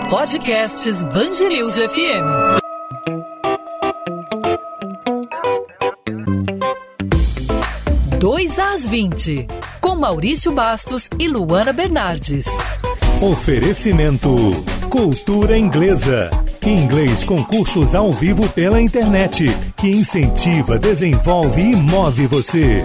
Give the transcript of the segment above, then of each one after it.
Podcasts BandNews FM. Dois às 20, com Maurício Bastos e Luana Bernardes. Oferecimento Cultura Inglesa. Inglês com cursos ao vivo pela internet, que incentiva, desenvolve e move você.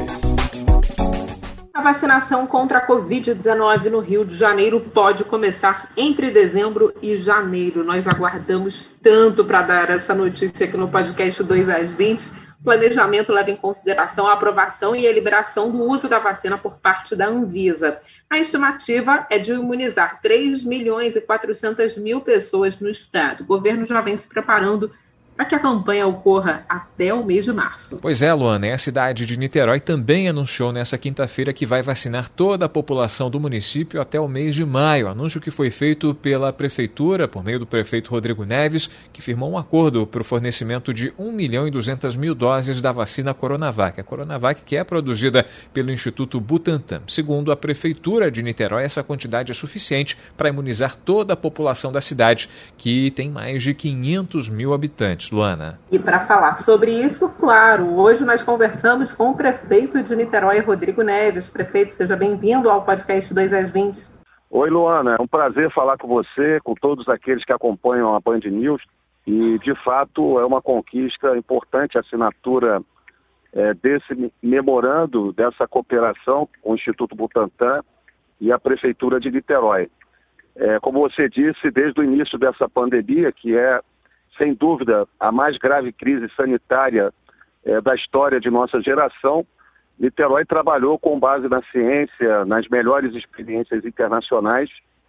A vacinação contra a Covid-19 no Rio de Janeiro pode começar entre dezembro e janeiro. Nós aguardamos tanto para dar essa notícia aqui no podcast 2 às 20. O planejamento leva em consideração a aprovação e a liberação do uso da vacina por parte da Anvisa. A estimativa é de imunizar 3.400.000 pessoas no estado. O governo já vem se preparando para que a campanha ocorra até o mês de março. Pois é, Luana, a cidade de Niterói também anunciou nessa quinta-feira que vai vacinar toda a população do município até o mês de maio. Anúncio que foi feito pela Prefeitura, por meio do prefeito Rodrigo Neves, que firmou um acordo para o fornecimento de 1.200.000 doses da vacina Coronavac. A Coronavac que é produzida pelo Instituto Butantan. Segundo a Prefeitura de Niterói, essa quantidade é suficiente para imunizar toda a população da cidade, que tem mais de 500.000 habitantes. Luana. E para falar sobre isso, claro, hoje nós conversamos com o prefeito de Niterói, Rodrigo Neves. Prefeito, seja bem-vindo ao podcast 2 às 20. Oi, Luana, é um prazer falar com você, com todos aqueles que acompanham a Band News. E, de fato, é uma conquista importante a assinatura desse memorando, dessa cooperação com o Instituto Butantan e a Prefeitura de Niterói. Como você disse, desde o início dessa pandemia, que é sem dúvida, a mais grave crise sanitária da história de nossa geração, Niterói trabalhou com base na ciência, nas melhores experiências internacionais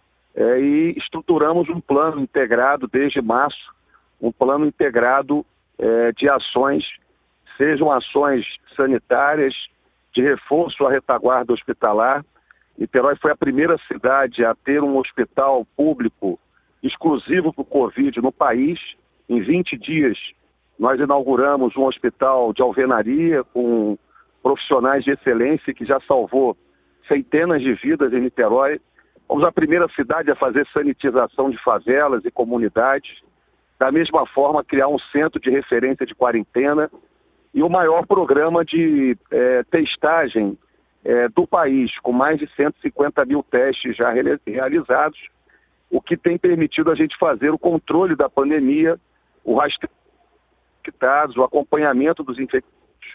e estruturamos um plano integrado desde março, um plano integrado de ações, sejam ações sanitárias, de reforço à retaguarda hospitalar. Niterói foi a primeira cidade a ter um hospital público exclusivo para o Covid no país. Em 20 dias, nós inauguramos um hospital de alvenaria com profissionais de excelência que já salvou centenas de vidas em Niterói. Fomos a primeira cidade a fazer sanitização de favelas e comunidades. Da mesma forma, criar um centro de referência de quarentena e o maior programa de testagem do país, com mais de 150.000 testes já realizados, o que tem permitido a gente fazer o controle da pandemia, o rastreio dos infectados, o acompanhamento dos infectados,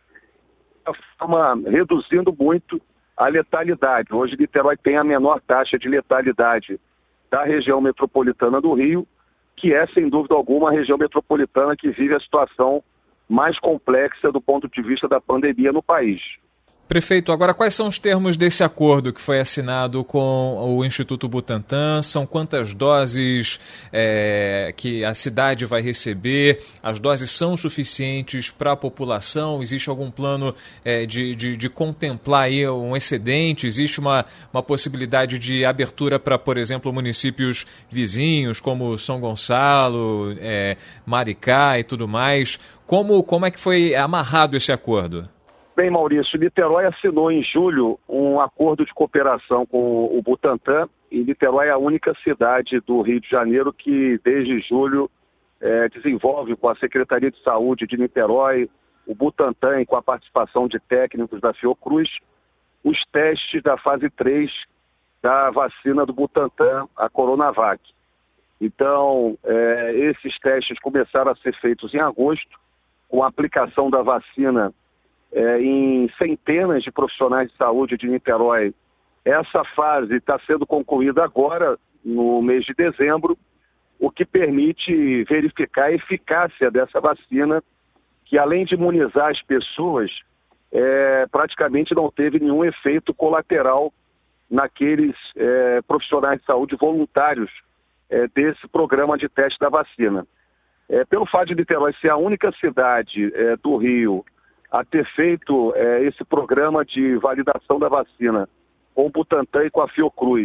reduzindo muito a letalidade. Hoje, Niterói tem a menor taxa de letalidade da região metropolitana do Rio, que é, sem dúvida alguma, a região metropolitana que vive a situação mais complexa do ponto de vista da pandemia no país. Prefeito, agora quais são os termos desse acordo que foi assinado com o Instituto Butantan? São quantas doses que a cidade vai receber? As doses são suficientes para a população? Existe algum plano de contemplar aí um excedente? Existe uma possibilidade de abertura para, por exemplo, municípios vizinhos como São Gonçalo, Maricá e tudo mais? Como é que foi amarrado esse acordo? Bem, Maurício, Niterói assinou em julho um acordo de cooperação com o Butantan e Niterói é a única cidade do Rio de Janeiro que, desde julho, desenvolve com a Secretaria de Saúde de Niterói, o Butantan e com a participação de técnicos da Fiocruz, os testes da fase 3 da vacina do Butantan, a Coronavac. Então, esses testes começaram a ser feitos em agosto, com a aplicação da vacina em centenas de profissionais de saúde de Niterói. Essa fase está sendo concluída agora, no mês de dezembro, o que permite verificar a eficácia dessa vacina, que além de imunizar as pessoas, praticamente não teve nenhum efeito colateral naqueles profissionais de saúde voluntários desse programa de teste da vacina. Pelo fato de Niterói ser a única cidade do Rio a ter feito esse programa de validação da vacina com o Butantan e com a Fiocruz,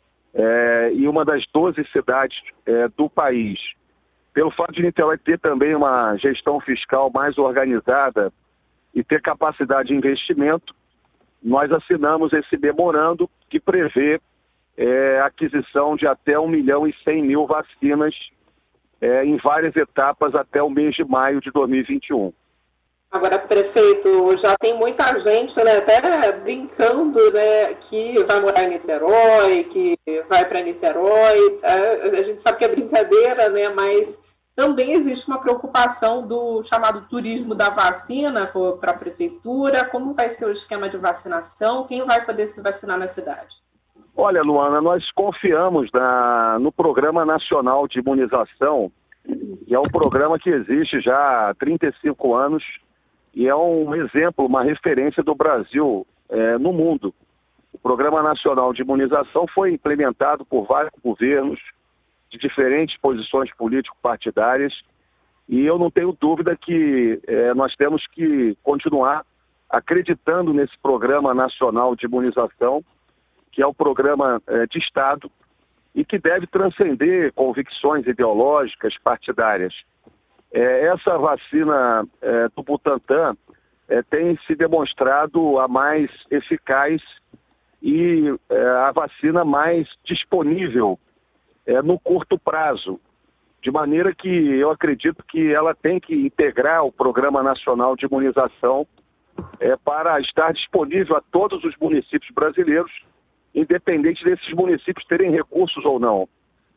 e uma das 12 cidades do país, pelo fato de Niterói ter também uma gestão fiscal mais organizada e ter capacidade de investimento, nós assinamos esse memorando que prevê aquisição de até 1.100.000 vacinas em várias etapas até o mês de maio de 2021. Agora, prefeito, já tem muita gente, né, até brincando, né, que vai morar em Niterói, que vai para Niterói. A gente sabe que é brincadeira, né, mas também existe uma preocupação do chamado turismo da vacina para a prefeitura. Como vai ser o esquema de vacinação? Quem vai poder se vacinar na cidade? Olha, Luana, nós confiamos no Programa Nacional de Imunização, que é um programa que existe já há 35 anos e é um exemplo, uma referência do Brasil no mundo. O Programa Nacional de Imunização foi implementado por vários governos de diferentes posições político-partidárias e eu não tenho dúvida que nós temos que continuar acreditando nesse Programa Nacional de Imunização, que é um programa de Estado e que deve transcender convicções ideológicas partidárias. Essa vacina do Butantan tem se demonstrado a mais eficaz e a vacina mais disponível no curto prazo, de maneira que eu acredito que ela tem que integrar o Programa Nacional de Imunização para estar disponível a todos os municípios brasileiros, independente desses municípios terem recursos ou não.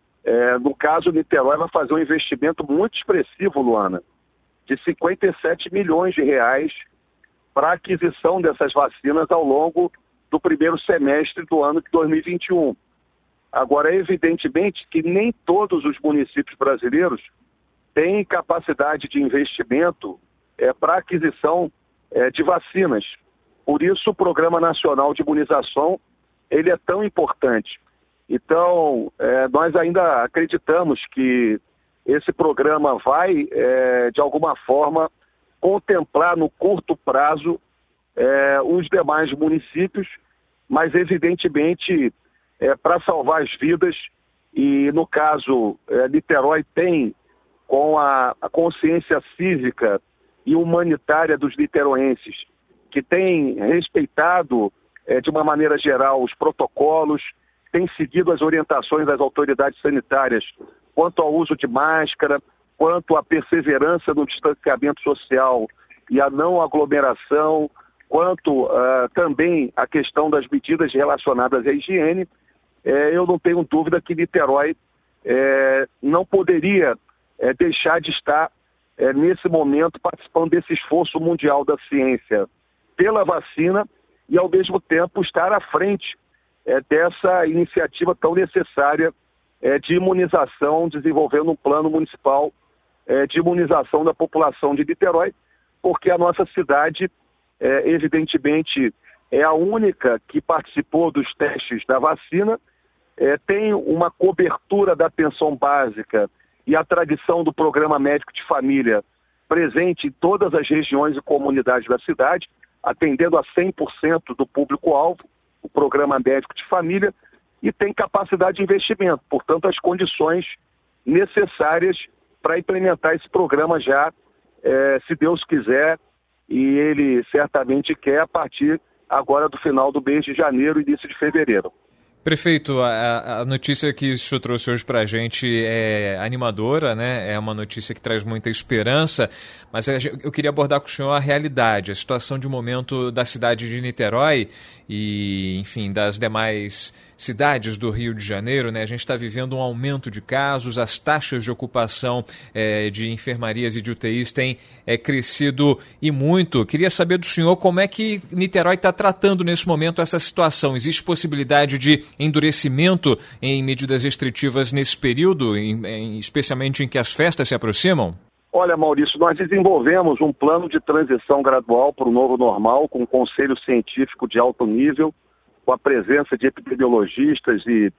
No caso, Niterói vai fazer um investimento muito expressivo, Luana, de 57 milhões de reais para a aquisição dessas vacinas ao longo do primeiro semestre do ano de 2021. Agora, evidentemente que nem todos os municípios brasileiros têm capacidade de investimento para a aquisição de vacinas. Por isso, o Programa Nacional de Imunização ele é tão importante. Então, nós ainda acreditamos que esse programa vai, de alguma forma, contemplar no curto prazo os demais municípios, mas, evidentemente, para salvar as vidas, e, no caso, Niterói tem, com a consciência cívica e humanitária dos niteroenses, que tem respeitado, de uma maneira geral, os protocolos, tem seguido as orientações das autoridades sanitárias quanto ao uso de máscara, quanto à perseverança no distanciamento social e a não aglomeração, quanto também à questão das medidas relacionadas à higiene. Eu não tenho dúvida que Niterói não poderia deixar de estar, nesse momento, participando desse esforço mundial da ciência pela vacina e, ao mesmo tempo, estar à frente dessa iniciativa tão necessária de imunização, desenvolvendo um plano municipal de imunização da população de Niterói, porque a nossa cidade, evidentemente, é a única que participou dos testes da vacina, tem uma cobertura da atenção básica e a tradição do programa médico de família presente em todas as regiões e comunidades da cidade, atendendo a 100% do público-alvo, o programa médico de família, e tem capacidade de investimento, portanto, as condições necessárias para implementar esse programa já, se Deus quiser, e ele certamente quer, a partir agora do final do mês de janeiro, início de fevereiro. Prefeito, a notícia que o senhor trouxe hoje para a gente é animadora, né? É uma notícia que traz muita esperança, mas eu queria abordar com o senhor a realidade, a situação de momento da cidade de Niterói e, enfim, das demais cidades do Rio de Janeiro, né? A gente está vivendo um aumento de casos, as taxas de ocupação de enfermarias e de UTIs têm crescido e muito. Queria saber do senhor como é que Niterói está tratando nesse momento essa situação. Existe possibilidade de endurecimento em medidas restritivas nesse período, especialmente em que as festas se aproximam? Olha, Maurício, nós desenvolvemos um plano de transição gradual para o novo normal, com um conselho científico de alto nível, com a presença de epidemiologistas e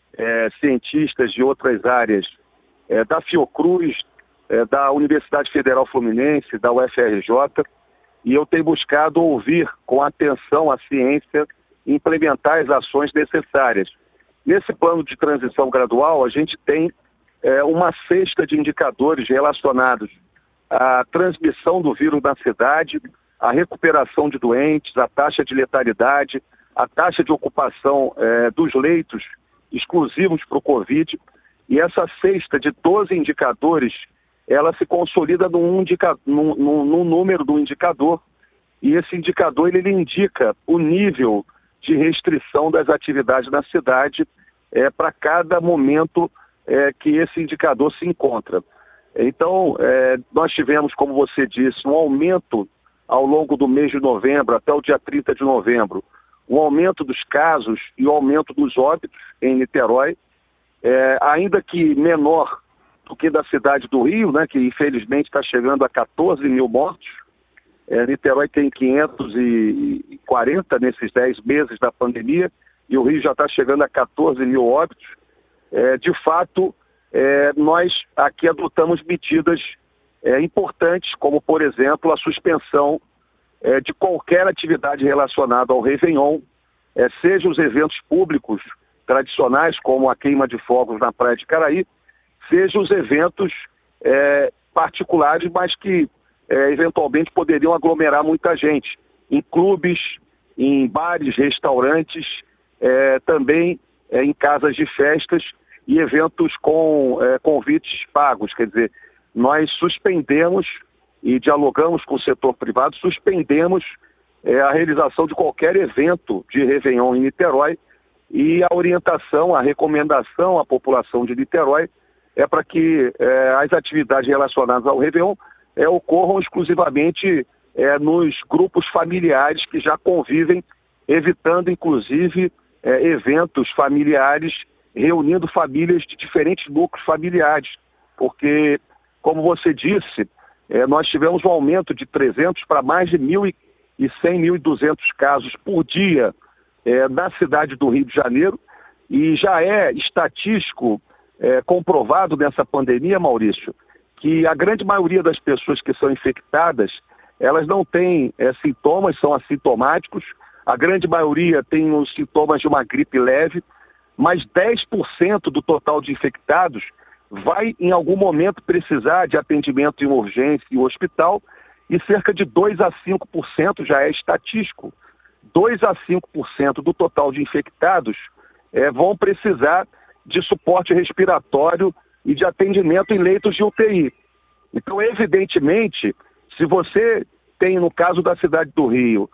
cientistas de outras áreas, da Fiocruz, da Universidade Federal Fluminense, da UFRJ, e eu tenho buscado ouvir com atenção a ciência e implementar as ações necessárias. Nesse plano de transição gradual, a gente tem uma cesta de indicadores relacionados à transmissão do vírus na cidade, à recuperação de doentes, à taxa de letalidade, a taxa de ocupação dos leitos exclusivos para o Covid, e essa cesta de 12 indicadores, ela se consolida num número do indicador, e esse indicador ele indica o nível de restrição das atividades na cidade para cada momento que esse indicador se encontra. Então, nós tivemos, como você disse, um aumento ao longo do mês de novembro, até o dia 30 de novembro, um aumento dos casos e o aumento dos óbitos em Niterói, ainda que menor do que da cidade do Rio, né, que infelizmente está chegando a 14 mil mortos. Niterói tem 540 nesses 10 meses da pandemia, e o Rio já está chegando a 14 mil óbitos. De fato, nós aqui adotamos medidas importantes, como, por exemplo, a suspensão de qualquer atividade relacionada ao Réveillon, seja os eventos públicos tradicionais, como a queima de fogos na Praia de Caraí, seja os eventos particulares, mas que eventualmente poderiam aglomerar muita gente, em clubes, em bares, restaurantes, também em casas de festas e eventos com convites pagos. Quer dizer, nós suspendemos e dialogamos com o setor privado, suspendemos a realização de qualquer evento de Réveillon em Niterói, e a orientação, a recomendação à população de Niterói é para que as atividades relacionadas ao Réveillon ocorram exclusivamente nos grupos familiares que já convivem, evitando inclusive eventos familiares, reunindo famílias de diferentes núcleos familiares, porque, como você disse, nós tivemos um aumento de 300 para mais de 1.100, 1.200 casos por dia na cidade do Rio de Janeiro, e já é estatístico comprovado nessa pandemia, Maurício, que a grande maioria das pessoas que são infectadas, elas não têm sintomas, são assintomáticos, a grande maioria tem os sintomas de uma gripe leve, mas 10% do total de infectados vai em algum momento precisar de atendimento em urgência e hospital, e cerca de 2 a 5% já é estatístico. 2 a 5% do total de infectados vão precisar de suporte respiratório e de atendimento em leitos de UTI. Então, evidentemente, se você tem, no caso da cidade do Rio,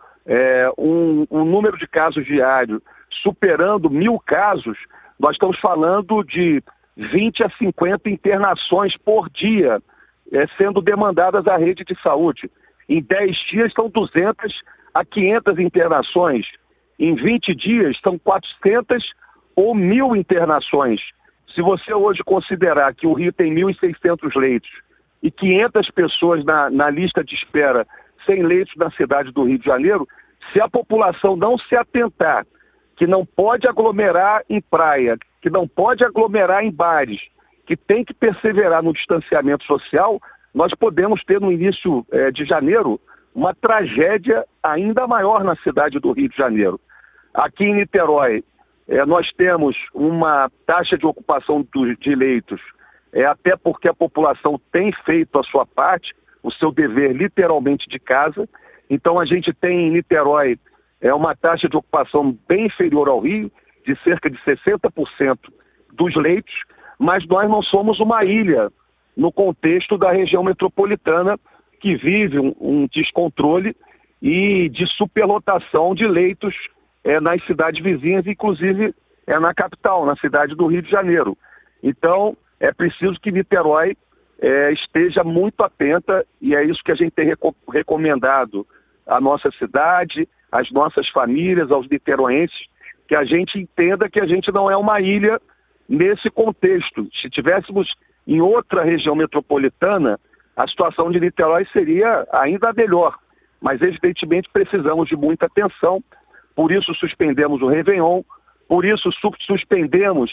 um número de casos diário superando 1.000 casos, nós estamos falando de 20 a 50 internações por dia sendo demandadas à rede de saúde. Em 10 dias são 200 a 500 internações. Em 20 dias são 400 ou 1.000 internações. Se você hoje considerar que o Rio tem 1.600 leitos e 500 pessoas na lista de espera sem leitos na cidade do Rio de Janeiro, se a população não se atentar que não pode aglomerar em praia, que não pode aglomerar em bares, que tem que perseverar no distanciamento social, nós podemos ter no início de janeiro uma tragédia ainda maior na cidade do Rio de Janeiro. Aqui em Niterói, nós temos uma taxa de ocupação de leitos, até porque a população tem feito a sua parte, o seu dever literalmente de casa. Então a gente tem em Niterói uma taxa de ocupação bem inferior ao Rio, de cerca de 60% dos leitos, mas nós não somos uma ilha no contexto da região metropolitana, que vive um descontrole e de superlotação de leitos nas cidades vizinhas, inclusive na capital, na cidade do Rio de Janeiro. Então, é preciso que Niterói esteja muito atenta, e é isso que a gente tem recomendado à nossa cidade, às nossas famílias, aos niteroenses, que a gente entenda que a gente não é uma ilha nesse contexto. Se tivéssemos em outra região metropolitana, a situação de Niterói seria ainda melhor, mas evidentemente precisamos de muita atenção, por isso suspendemos o Réveillon, por isso suspendemos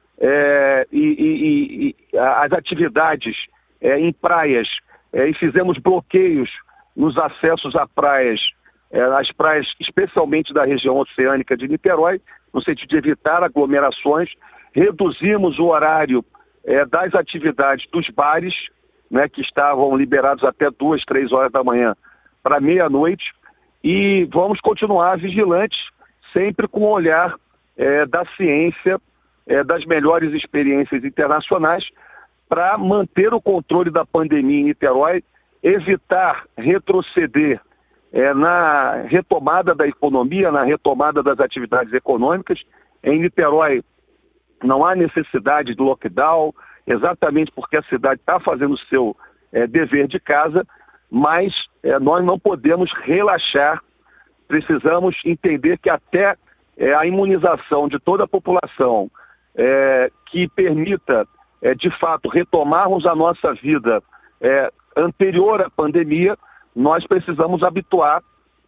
as atividades em praias e fizemos bloqueios nos acessos a praias, as praias especialmente da região oceânica de Niterói, no sentido de evitar aglomerações. Reduzimos o horário das atividades dos bares, né, que estavam liberados até 2, 3 horas da manhã, para meia-noite, e vamos continuar vigilantes, sempre com o olhar da ciência, das melhores experiências internacionais para manter o controle da pandemia em Niterói, evitar retroceder na retomada da economia, na retomada das atividades econômicas. Em Niterói não há necessidade de lockdown, exatamente porque a cidade está fazendo o seu dever de casa, mas nós não podemos relaxar, precisamos entender que até a imunização de toda a população que permita, de fato, retomarmos a nossa vida anterior à pandemia, nós precisamos adequar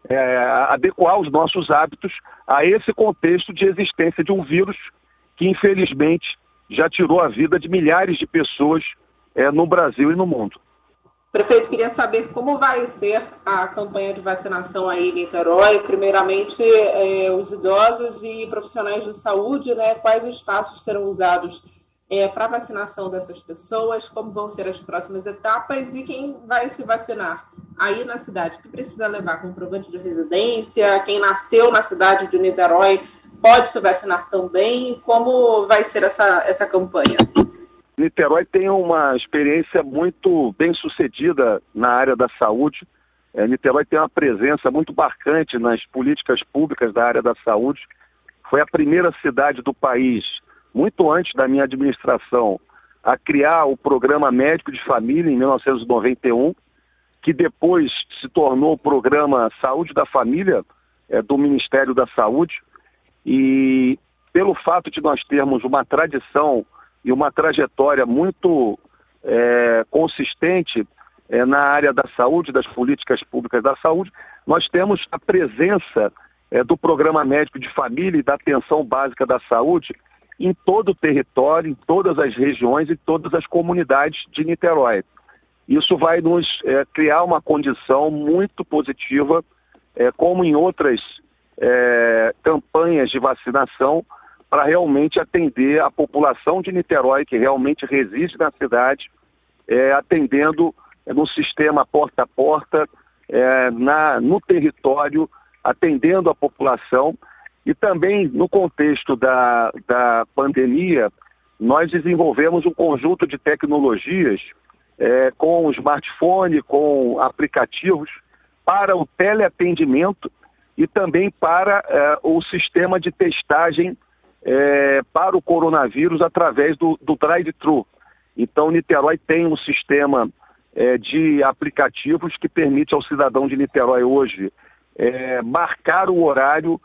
os nossos hábitos a esse contexto de existência de um vírus que, infelizmente, já tirou a vida de milhares de pessoas no Brasil e no mundo. Prefeito, queria saber como vai ser a campanha de vacinação aí em Niterói. Primeiramente, os idosos e profissionais de saúde, né? Quais espaços serão usados para a vacinação dessas pessoas, como vão ser as próximas etapas e quem vai se vacinar aí na cidade, que precisa levar comprovante de residência, quem nasceu na cidade de Niterói pode se vacinar também, como vai ser essa campanha? Niterói tem uma experiência muito bem sucedida na área da saúde. Niterói tem uma presença muito marcante nas políticas públicas da área da saúde. Foi a primeira cidade do país, muito antes da minha administração, a criar o Programa Médico de Família em 1991, que depois se tornou o Programa Saúde da Família do Ministério da Saúde. E pelo fato de nós termos uma tradição e uma trajetória muito consistente na área da saúde, das políticas públicas da saúde, nós temos a presença do Programa Médico de Família e da Atenção Básica da Saúde em todo o território, em todas as regiões e todas as comunidades de Niterói. Isso vai nos criar uma condição muito positiva, como em outras campanhas de vacinação, para realmente atender a população de Niterói, que realmente reside na cidade, atendendo no sistema porta a porta, no território, atendendo a população. E também no contexto da pandemia, nós desenvolvemos um conjunto de tecnologias com o smartphone, com aplicativos para o teleatendimento e também para o sistema de testagem para o coronavírus através do drive-thru. Então, Niterói tem um sistema de aplicativos que permite ao cidadão de Niterói hoje marcar o horário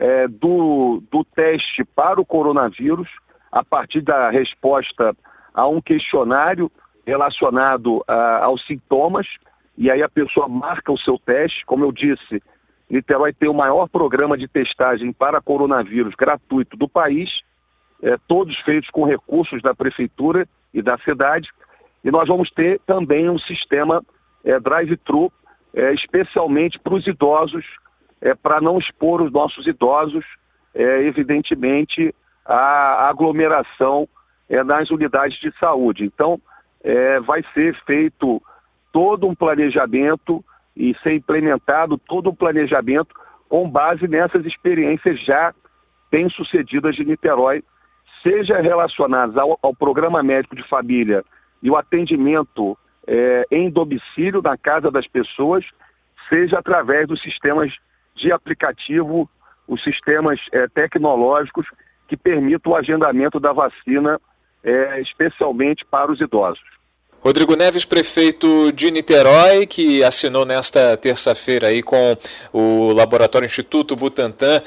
do teste para o coronavírus a partir da resposta a um questionário relacionado aos sintomas, e aí a pessoa marca o seu teste. Como eu disse, Niterói tem o maior programa de testagem para coronavírus gratuito do país, todos feitos com recursos da prefeitura e da cidade, e nós vamos ter também um sistema drive-thru, especialmente para os idosos, para não expor os nossos idosos, evidentemente, à aglomeração nas unidades de saúde. Então, vai ser feito todo um planejamento e ser implementado todo um planejamento com base nessas experiências já bem-sucedidas de Niterói, seja relacionadas ao Programa Médico de Família e o atendimento em domicílio, na casa das pessoas, seja através dos sistemas de aplicativo, os sistemas tecnológicos que permitam o agendamento da vacina, especialmente para os idosos. Rodrigo Neves, prefeito de Niterói, que assinou nesta terça-feira aí com o Laboratório Instituto Butantan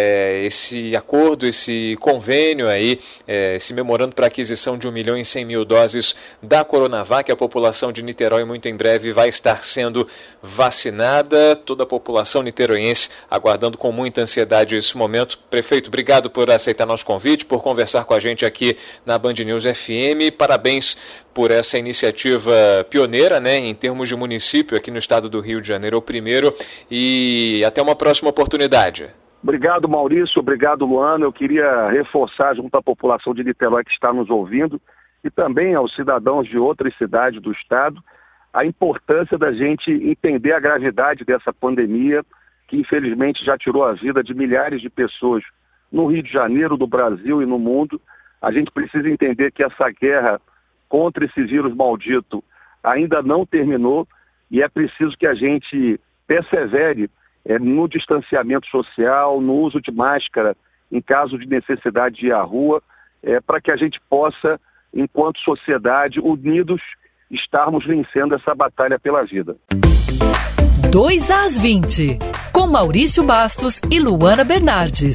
esse acordo, esse convênio aí, esse memorando para aquisição de 1.100.000 doses da Coronavac. A população de Niterói muito em breve vai estar sendo vacinada, toda a população niteroiense aguardando com muita ansiedade esse momento. Prefeito, obrigado por aceitar nosso convite, por conversar com a gente aqui na Band News FM. Parabéns por essa iniciativa pioneira, né, em termos de município aqui no estado do Rio de Janeiro, o primeiro, e até uma próxima oportunidade. Obrigado, Maurício, obrigado, Luana. Eu queria reforçar junto à população de Niterói que está nos ouvindo e também aos cidadãos de outras cidades do estado a importância da gente entender a gravidade dessa pandemia que infelizmente já tirou a vida de milhares de pessoas no Rio de Janeiro, no Brasil e no mundo. A gente precisa entender que essa guerra contra esse vírus maldito ainda não terminou e é preciso que a gente persevere no distanciamento social, no uso de máscara em caso de necessidade de ir à rua, para que a gente possa, enquanto sociedade, unidos, estarmos vencendo essa batalha pela vida. 2 às 20, com Maurício Bastos e Luana Bernardes.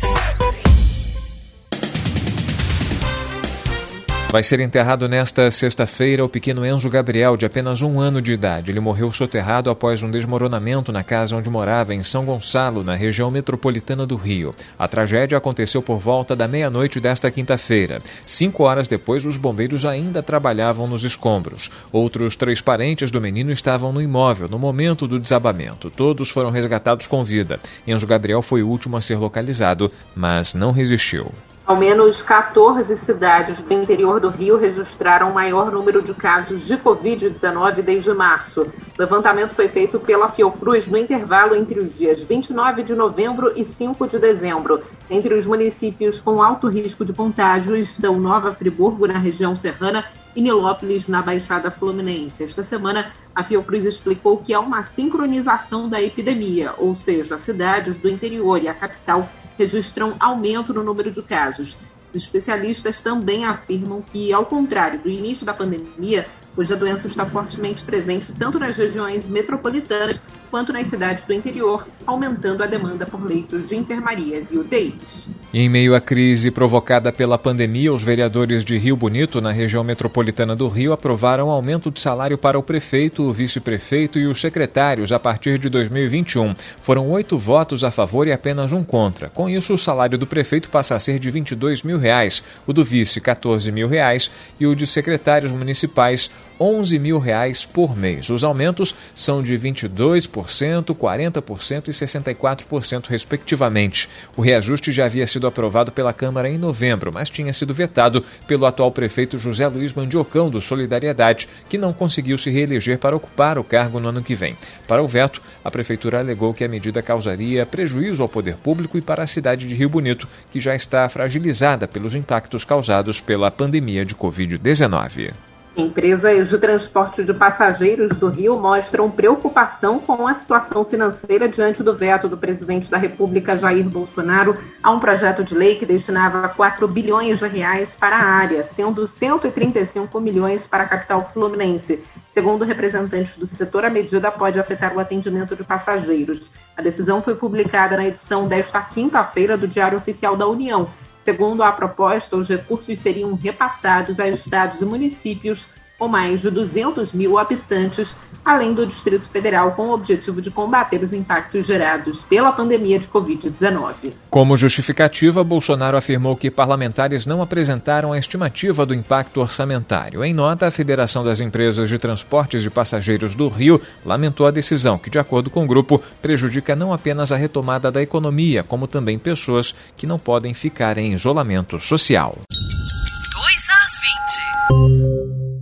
Vai ser enterrado nesta sexta-feira o pequeno Enzo Gabriel, de apenas 1 ano de idade. Ele morreu soterrado após um desmoronamento na casa onde morava, em São Gonçalo, na região metropolitana do Rio. A tragédia aconteceu por volta da meia-noite desta quinta-feira. 5 horas depois, os bombeiros ainda trabalhavam nos escombros. Outros 3 parentes do menino estavam no imóvel no momento do desabamento. Todos foram resgatados com vida. Enzo Gabriel foi o último a ser localizado, mas não resistiu. Ao menos 14 cidades do interior do Rio registraram o maior número de casos de Covid-19 desde março. O levantamento foi feito pela Fiocruz no intervalo entre os dias 29 de novembro e 5 de dezembro. Entre os municípios com alto risco de contágio estão Nova Friburgo, na região serrana, e Nilópolis, na Baixada Fluminense. Esta semana, a Fiocruz explicou que há uma sincronização da epidemia, ou seja, as cidades do interior e a capital registram aumento no número de casos. Os especialistas também afirmam que, ao contrário do início da pandemia, hoje a doença está fortemente presente tanto nas regiões metropolitanas quanto nas cidades do interior, aumentando a demanda por leitos de enfermarias e UTIs. Em meio à crise provocada pela pandemia, os vereadores de Rio Bonito, na região metropolitana do Rio, aprovaram aumento de salário para o prefeito, o vice-prefeito e os secretários a partir de 2021. Foram 8 votos a favor e apenas 1 contra. Com isso, o salário do prefeito passa a ser de R$ 22 mil, o do vice, R$ 14 mil e o de secretários municipais, R$ 11 mil por mês. Os aumentos são de 22%, 40% e 64%, respectivamente. O reajuste já havia sido aprovado pela Câmara em novembro, mas tinha sido vetado pelo atual prefeito José Luiz Mandiocão, do Solidariedade, que não conseguiu se reeleger para ocupar o cargo no ano que vem. Para o veto, a prefeitura alegou que a medida causaria prejuízo ao poder público e para a cidade de Rio Bonito, que já está fragilizada pelos impactos causados pela pandemia de Covid-19. Empresas de transporte de passageiros do Rio mostram preocupação com a situação financeira diante do veto do presidente da República, Jair Bolsonaro, a um projeto de lei que destinava 4 bilhões de reais para a área, sendo 135 milhões para a capital fluminense. Segundo representantes do setor, a medida pode afetar o atendimento de passageiros. A decisão foi publicada na edição desta quinta-feira do Diário Oficial da União. Segundo a proposta, os recursos seriam repassados a estados e municípios com mais de 200 mil habitantes, além do Distrito Federal, com o objetivo de combater os impactos gerados pela pandemia de Covid-19. Como justificativa, Bolsonaro afirmou que parlamentares não apresentaram a estimativa do impacto orçamentário. Em nota, a Federação das Empresas de Transportes de Passageiros do Rio lamentou a decisão, que, de acordo com o grupo, prejudica não apenas a retomada da economia, como também pessoas que não podem ficar em isolamento social. 2 às 20.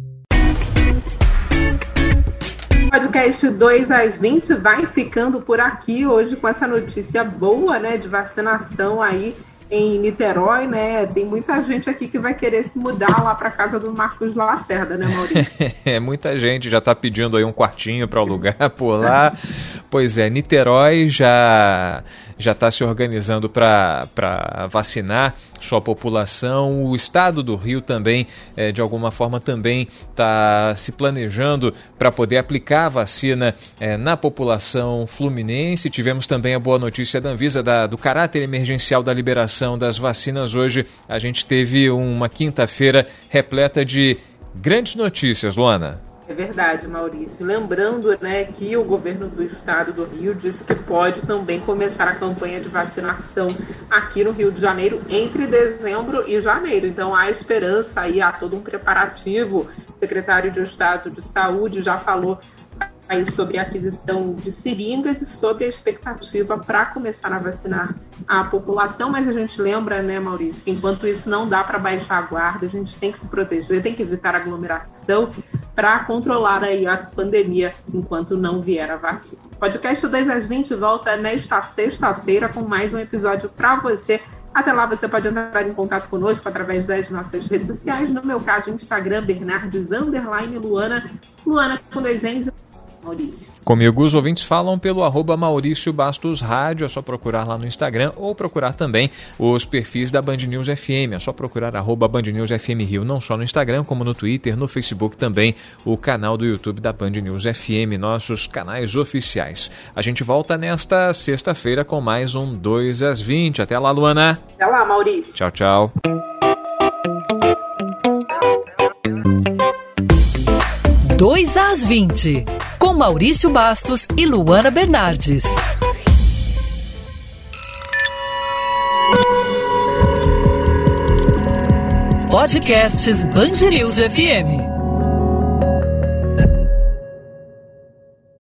O podcast 2 às 20 vai ficando por aqui hoje com essa notícia boa, né, de vacinação aí em Niterói, né? Tem muita gente aqui que vai querer se mudar lá para casa do Marcos Lacerda, né, Maurício? Muita gente já está pedindo aí um quartinho para alugar por lá. Pois é, Niterói já está se organizando para vacinar sua população. O estado do Rio também, de alguma forma, também está se planejando para poder aplicar a vacina na população fluminense. Tivemos também a boa notícia da Anvisa do caráter emergencial da liberação das vacinas. Hoje a gente teve uma quinta-feira repleta de grandes notícias, Luana. É verdade, Maurício. Lembrando, né, que o governo do estado do Rio disse que pode também começar a campanha de vacinação aqui no Rio de Janeiro entre dezembro e janeiro. Então há esperança aí, há todo um preparativo. O secretário de Estado de Saúde já falou aí sobre a aquisição de seringas e sobre a expectativa para começar a vacinar a população, mas a gente lembra, né, Maurício, que enquanto isso não dá para baixar a guarda, a gente tem que se proteger, tem que evitar aglomeração para controlar aí a pandemia enquanto não vier a vacina. O podcast 2 às 20 volta nesta sexta-feira com mais um episódio para você. Até lá você pode entrar em contato conosco através das nossas redes sociais. No meu caso, Instagram, Bernardes_Luana. Luana com 2 N's. Maurício. Comigo os ouvintes falam pelo @Maurício Bastos Rádio, é só procurar lá no Instagram ou procurar também os perfis da Band News FM, é só procurar @Band News FM Rio, não só no Instagram, como no Twitter, no Facebook também, o canal do YouTube da Band News FM, nossos canais oficiais. A gente volta nesta sexta-feira com mais um 2 às 20. Até lá, Luana. Até lá, Maurício. Tchau, tchau. 2 às 20, com Maurício Bastos e Luana Bernardes. Podcasts Band News FM.